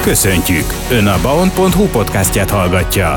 Köszöntjük! Ön a baon.hu podcastját hallgatja.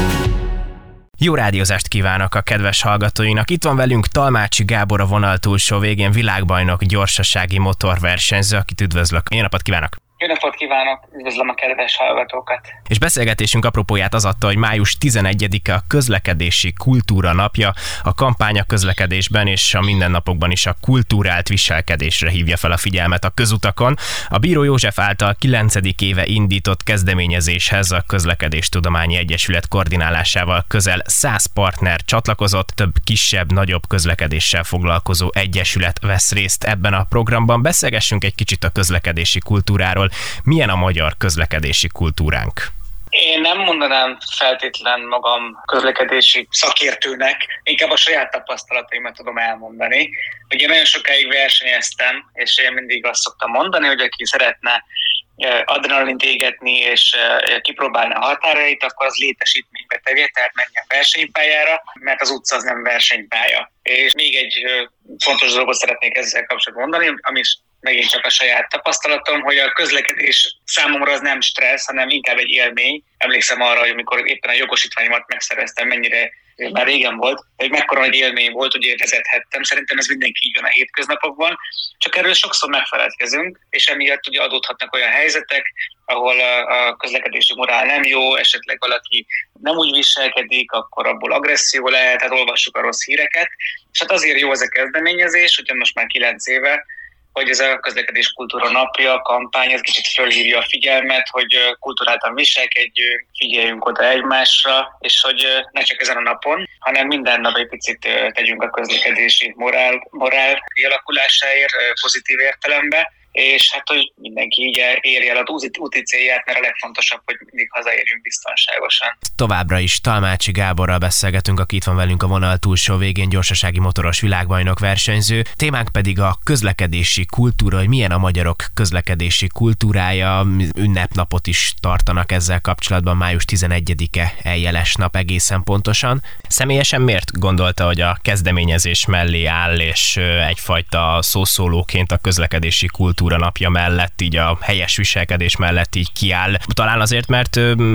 Jó rádiózást kívánok a kedves hallgatóinak! Itt van velünk Talmácsi Gábor, a vonal túlsó végén világbajnok gyorsasági motorversenyző, akit üdvözlök. Jó napot kívánok! Jó napot kívánok! Üdvözlöm a kedves hallgatókat! És beszélgetésünk apropóját az adta, hogy május 11-e a közlekedési kultúra napja. A kampány a közlekedésben és a mindennapokban is a kultúrált viselkedésre hívja fel a figyelmet a közutakon. A Bíró József által 9. éve indított kezdeményezéshez a Közlekedéstudományi Egyesület koordinálásával közel 100 partner csatlakozott, több kisebb, nagyobb közlekedéssel foglalkozó egyesület vesz részt ebben a programban. Beszélgessünk egy kicsit a közlekedési kultúráról. Milyen a magyar közlekedési kultúránk? Én nem mondanám feltétlen magam közlekedési szakértőnek, inkább a saját tapasztalataimat tudom elmondani. Ugye nagyon sokáig versenyeztem, és én mindig azt szoktam mondani, hogy aki szeretne adrenalint égetni és kipróbálni a határait, akkor az létesítménybe tegye, tehát menjen versenypályára, mert az utca az nem versenypálya. És még egy fontos dolgot szeretnék ezzel kapcsolatban mondani, ami megint csak a saját tapasztalatom, hogy a közlekedés számomra az nem stressz, hanem inkább egy élmény. Emlékszem arra, hogy amikor éppen a jogosítványomat megszereztem, mennyire már régen volt, hogy mekkora nagy élmény volt, hogy vezethettem. Szerintem ez mindenki így van a hétköznapokban. Csak erről sokszor megfeledkezünk, és emiatt ugye adódhatnak olyan helyzetek, ahol a közlekedési morál nem jó, esetleg valaki nem úgy viselkedik, akkor abból agresszió lehet, hát olvassuk a rossz híreket. És hát azért jó ez a kezdeményezés, ugye most már 9 éve, hogy ez a közlekedés kultúra napja, a kampány, ez kicsit fölhívja a figyelmet, hogy kulturáltan viselkedjünk, figyeljünk oda egymásra, és hogy ne csak ezen a napon, hanem minden nap egy picit tegyünk a közlekedési morál kialakulásáért, pozitív értelemben, és hát, hogy mindenki így érje el az úti célját, mert a legfontosabb, hogy mindig hazaérjünk biztonságosan. Továbbra is Talmácsi Gáborral beszélgetünk, aki itt van velünk a vonal túlsó végén, gyorsasági motoros világbajnok versenyző. Témánk pedig a közlekedési kultúra, hogy milyen a magyarok közlekedési kultúrája. Ünnepnapot is tartanak ezzel kapcsolatban, május 11-e eljeles nap egészen pontosan. Személyesen miért gondolta, hogy a kezdeményezés mellé áll, és egyfajta szószólóként a közlekedési kultúra napja mellett, így a helyes viselkedés mellett így kiáll? Talán azért, mert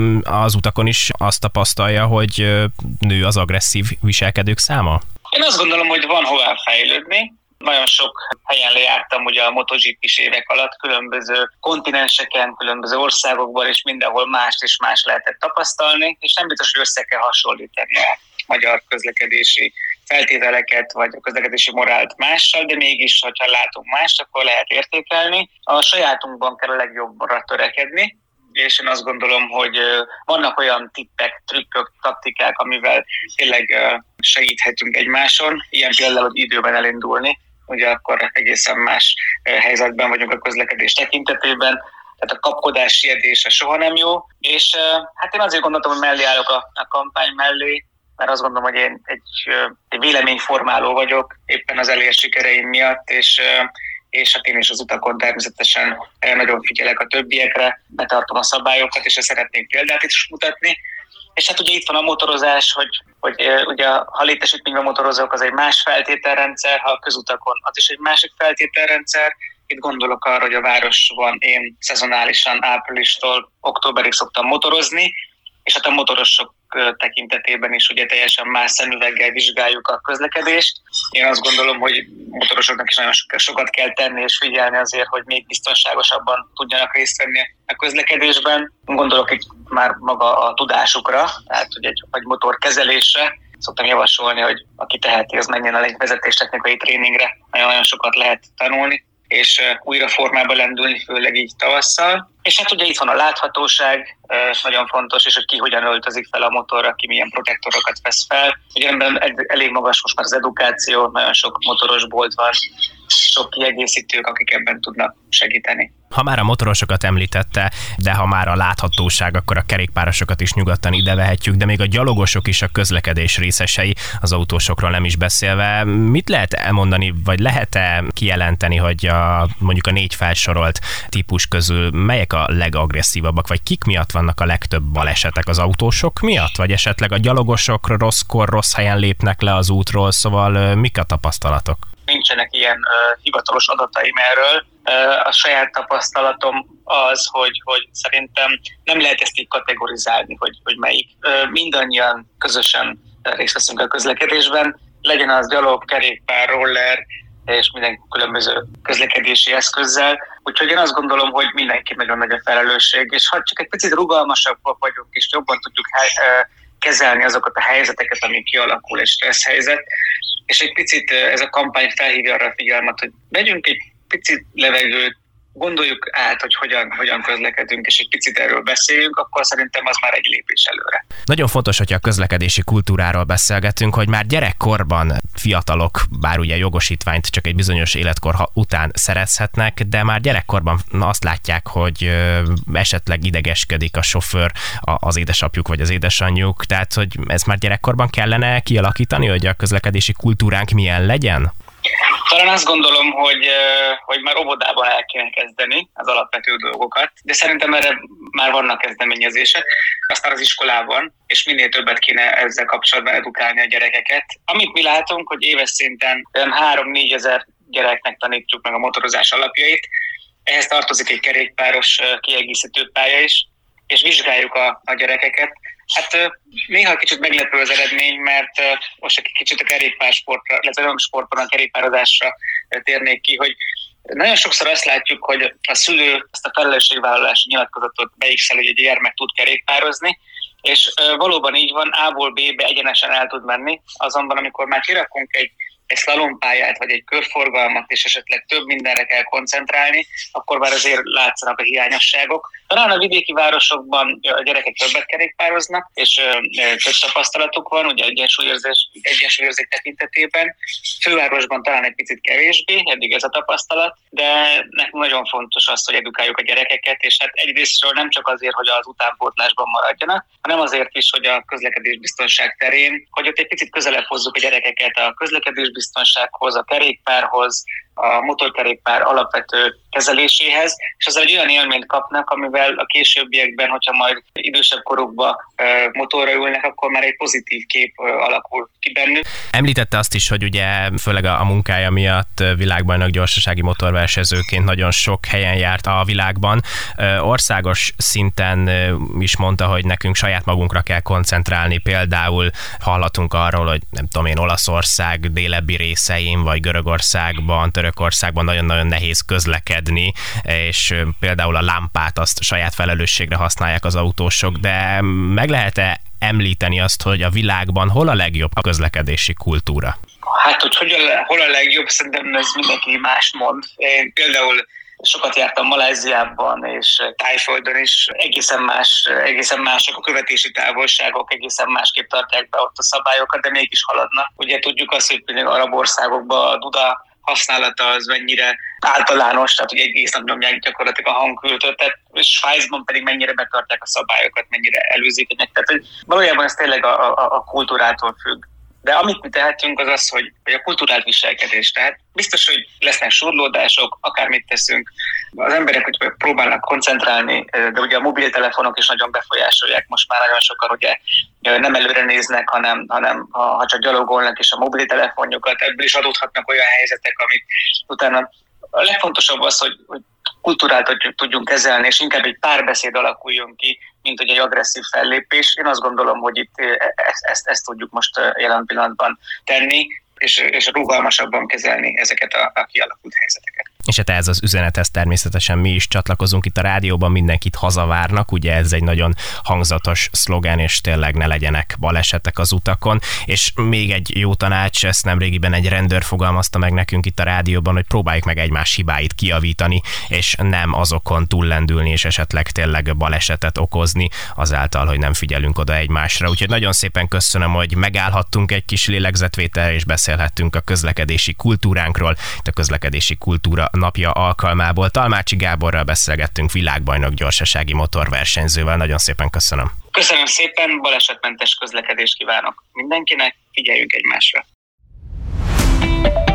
az utakon is azt tapasztalja, hogy nő az agresszív viselkedők száma? Én azt gondolom, hogy van hová fejlődni. Nagyon sok helyen lejártam ugye a MotoGP-s évek alatt, különböző kontinenseken, különböző országokban, és mindenhol mást és más lehetett tapasztalni, és nem biztos, hogy össze kell hasonlítani a magyar közlekedési feltételeket, vagy a közlekedési morált mással, de mégis, hogyha látunk mást, akkor lehet értékelni. A sajátunkban kell a legjobbra törekedni, és én azt gondolom, hogy vannak olyan tippek, trükkök, taktikák, amivel tényleg segíthetünk egymáson, ilyen például, hogy időben elindulni, ugye akkor egészen más helyzetben vagyunk a közlekedés tekintetében, tehát a kapkodás, siedése soha nem jó, és hát én azért gondoltam, hogy mellé állok a kampány mellé, mert azt gondolom, hogy én egy véleményformáló vagyok éppen az elért sikereim miatt, és hát én is az utakon természetesen nagyon figyelek a többiekre, betartom a szabályokat, és szeretnék példát is mutatni. És hát ugye itt van a motorozás, hogy ugye ha létesítményben motorozok, az egy más feltételrendszer, ha a közutakon, az is egy másik feltételrendszer. Itt gondolok arra, hogy a városban én szezonálisan áprilistól októberig szoktam motorozni, és hát a motorosok tekintetében is ugye teljesen más szemüveggel vizsgáljuk a közlekedést. Én azt gondolom, hogy motorosoknak is nagyon sokat kell tenni és figyelni azért, hogy még biztonságosabban tudjanak részt venni a közlekedésben. Gondolok itt már maga a tudásukra, tehát hogy egy motorkezelésre. Szoktam javasolni, hogy aki teheti, az menjen el egy vezetéstechnikai tréningre, nagyon sokat lehet tanulni, és újra formába lendülni, főleg így tavasszal. És hát ugye itt van a láthatóság, nagyon fontos, és hogy ki hogyan öltözik fel a motorra, ki milyen protektorokat vesz fel. Ugye ebben elég magas most már az edukáció, nagyon sok motoros bolt van, sok kiegészítők, akik ebben tudnak segíteni. Ha már a motorosokat említette, de ha már a láthatóság, akkor a kerékpárosokat is nyugodtan ide vehetjük, de még a gyalogosok is a közlekedés részesei, az autósokról nem is beszélve. Mit lehet elmondani, vagy lehet-e kijelenteni, hogy mondjuk a 4 felsorolt típus közül melyek a legagresszívabbak, vagy kik miatt vannak a legtöbb balesetek? Az autósok miatt, vagy esetleg a gyalogosok rosszkor, rossz helyen lépnek le az útról, szóval mik a tapasztalatok? Nincs nincsenek ilyen hivatalos adataim erről. A saját tapasztalatom az, hogy szerintem nem lehet ezt így kategorizálni, hogy melyik. Mindannyian közösen részt veszünk a közlekedésben, legyen az gyalog, kerékpár, roller, és minden különböző közlekedési eszközzel. Úgyhogy én azt gondolom, hogy mindenki nagyon nagy a felelősség, és ha csak egy picit rugalmasabbak vagyunk, és jobban tudjuk kezelni azokat a helyzeteket, ami kialakul, egy stressz helyzet, és egy picit ez a kampány felhívja arra a figyelmet, hogy vegyünk egy picit levegőt, gondoljuk át, hogy hogyan közlekedünk, és egy picit erről beszéljünk, akkor szerintem az már egy lépés előre. Nagyon fontos, hogyha a közlekedési kultúráról beszélgetünk, hogy már gyerekkorban fiatalok, bár ugye jogosítványt csak egy bizonyos életkor után szerezhetnek, de már gyerekkorban azt látják, hogy esetleg idegeskedik a sofőr, az édesapjuk vagy az édesanyjuk, tehát hogy ez már gyerekkorban kellene kialakítani, hogy a közlekedési kultúránk milyen legyen? Talán azt gondolom, hogy már óvodában el kéne kezdeni az alapvető dolgokat, de szerintem erre már vannak kezdeményezések, aztán az iskolában, és minél többet kéne ezzel kapcsolatban edukálni a gyerekeket. Amit mi látunk, hogy éves szinten 3-4 ezer gyereknek tanítjuk meg a motorozás alapjait, ehhez tartozik egy kerékpáros kiegészítő pálya is, és vizsgáljuk a gyerekeket. Hát néha kicsit meglepő az eredmény, mert most egy kicsit a kerékpársportra, illetve a sportban a kerékpározásra térnék ki, hogy nagyon sokszor azt látjuk, hogy a szülő ezt a felelősségvállalási nyilatkozatot beigszel, hogy egy gyermek tud kerékpározni, és valóban így van, A-ból B-be egyenesen el tud menni, azonban amikor már kirakunk egy szlalompályát, vagy egy körforgalmat, és esetleg több mindenre kell koncentrálni, akkor már azért látszanak a hiányosságok. Talán a vidéki városokban a gyerekek többet kerékpároznak, és több tapasztalatuk van, ugye egyensúlyérzék tekintetében. Fővárosban talán egy picit kevésbé, eddig ez a tapasztalat, de nekünk nagyon fontos az, hogy edukáljuk a gyerekeket, és hát egyrésztről nem csak azért, hogy az utánpótlásban maradjanak, hanem azért is, hogy a közlekedésbiztonság terén, hogy ott egy picit közelebb hozzuk a gyerekeket a közlekedésbiztonsághoz, a kerékpárhoz, a motorkerékpár alapvető kezeléséhez, és azzal egy olyan élményt kapnak, amivel a későbbiekben, hogyha majd idősebb korukban motorra ülnek, akkor már egy pozitív kép alakul ki bennük. Említette azt is, hogy ugye főleg a munkája miatt világbajnok gyorsasági motorversenyzőként nagyon sok helyen járt a világban. Országos szinten is mondta, hogy nekünk saját magunkra kell koncentrálni. Például hallhatunk arról, hogy nem tudom én, Olaszország délebbi részein, vagy Görögországban, Törökországban nagyon-nagyon nehéz közlekedni, és például a lámpát azt saját felelősségre használják az autósok, de meg lehet-e említeni azt, hogy a világban hol a legjobb a közlekedési kultúra? Hát, hogy hol a legjobb, szerintem ez mindenki más mond. Én például sokat jártam Maláziában és Tájföldön is, egészen mások a követési távolságok, egészen másképp tartják be ott a szabályokat, de mégis haladnak. Ugye tudjuk azt, hogy például arab országokban a duda használata az mennyire általános, tehát hogy egész nap nyomják gyakorlatilag a hangküldőt, és Svájcban pedig mennyire betartják a szabályokat, mennyire előzékenyek. Tehát hogy valójában ez tényleg a kultúrától függ. De amit mi tehetünk, az az, hogy a kulturált viselkedés. Tehát biztos, hogy lesznek surlódások, akármit teszünk. Az emberek hogy próbálnak koncentrálni, de ugye a mobiltelefonok is nagyon befolyásolják. Most már nagyon sokan ugye nem előre néznek, hanem ha csak gyalogolnak, és a mobiltelefonjukat, ebből is adódhatnak olyan helyzetek, amit utána a legfontosabb az, hogy kultúrát tudjunk kezelni, és inkább egy párbeszéd alakuljon ki, mint hogy egy agresszív fellépés. Én azt gondolom, hogy itt ezt tudjuk most jelen pillanatban tenni, és rugalmasabban kezelni ezeket a kialakult helyzeteket. És hát ez az üzenethez természetesen mi is csatlakozunk itt a rádióban, mindenkit hazavárnak, ugye ez egy nagyon hangzatos szlogen, és tényleg ne legyenek balesetek az utakon. És még egy jó tanács, ezt nemrégiben egy rendőr fogalmazta meg nekünk itt a rádióban, hogy próbáljuk meg egymás hibáit kijavítani, és nem azokon túllendülni, és esetleg tényleg balesetet okozni, azáltal, hogy nem figyelünk oda egymásra. Úgyhogy nagyon szépen köszönöm, hogy megállhattunk egy kis lélegzetvételre, és beszélhettünk a közlekedési kultúránkról, itt a közlekedési kultúra napja alkalmából. Talmácsi Gáborral beszélgettünk, világbajnok gyorsasági motorversenyzővel. Nagyon szépen köszönöm. Köszönöm szépen, balesetmentes közlekedést kívánok mindenkinek, figyeljünk egymásra.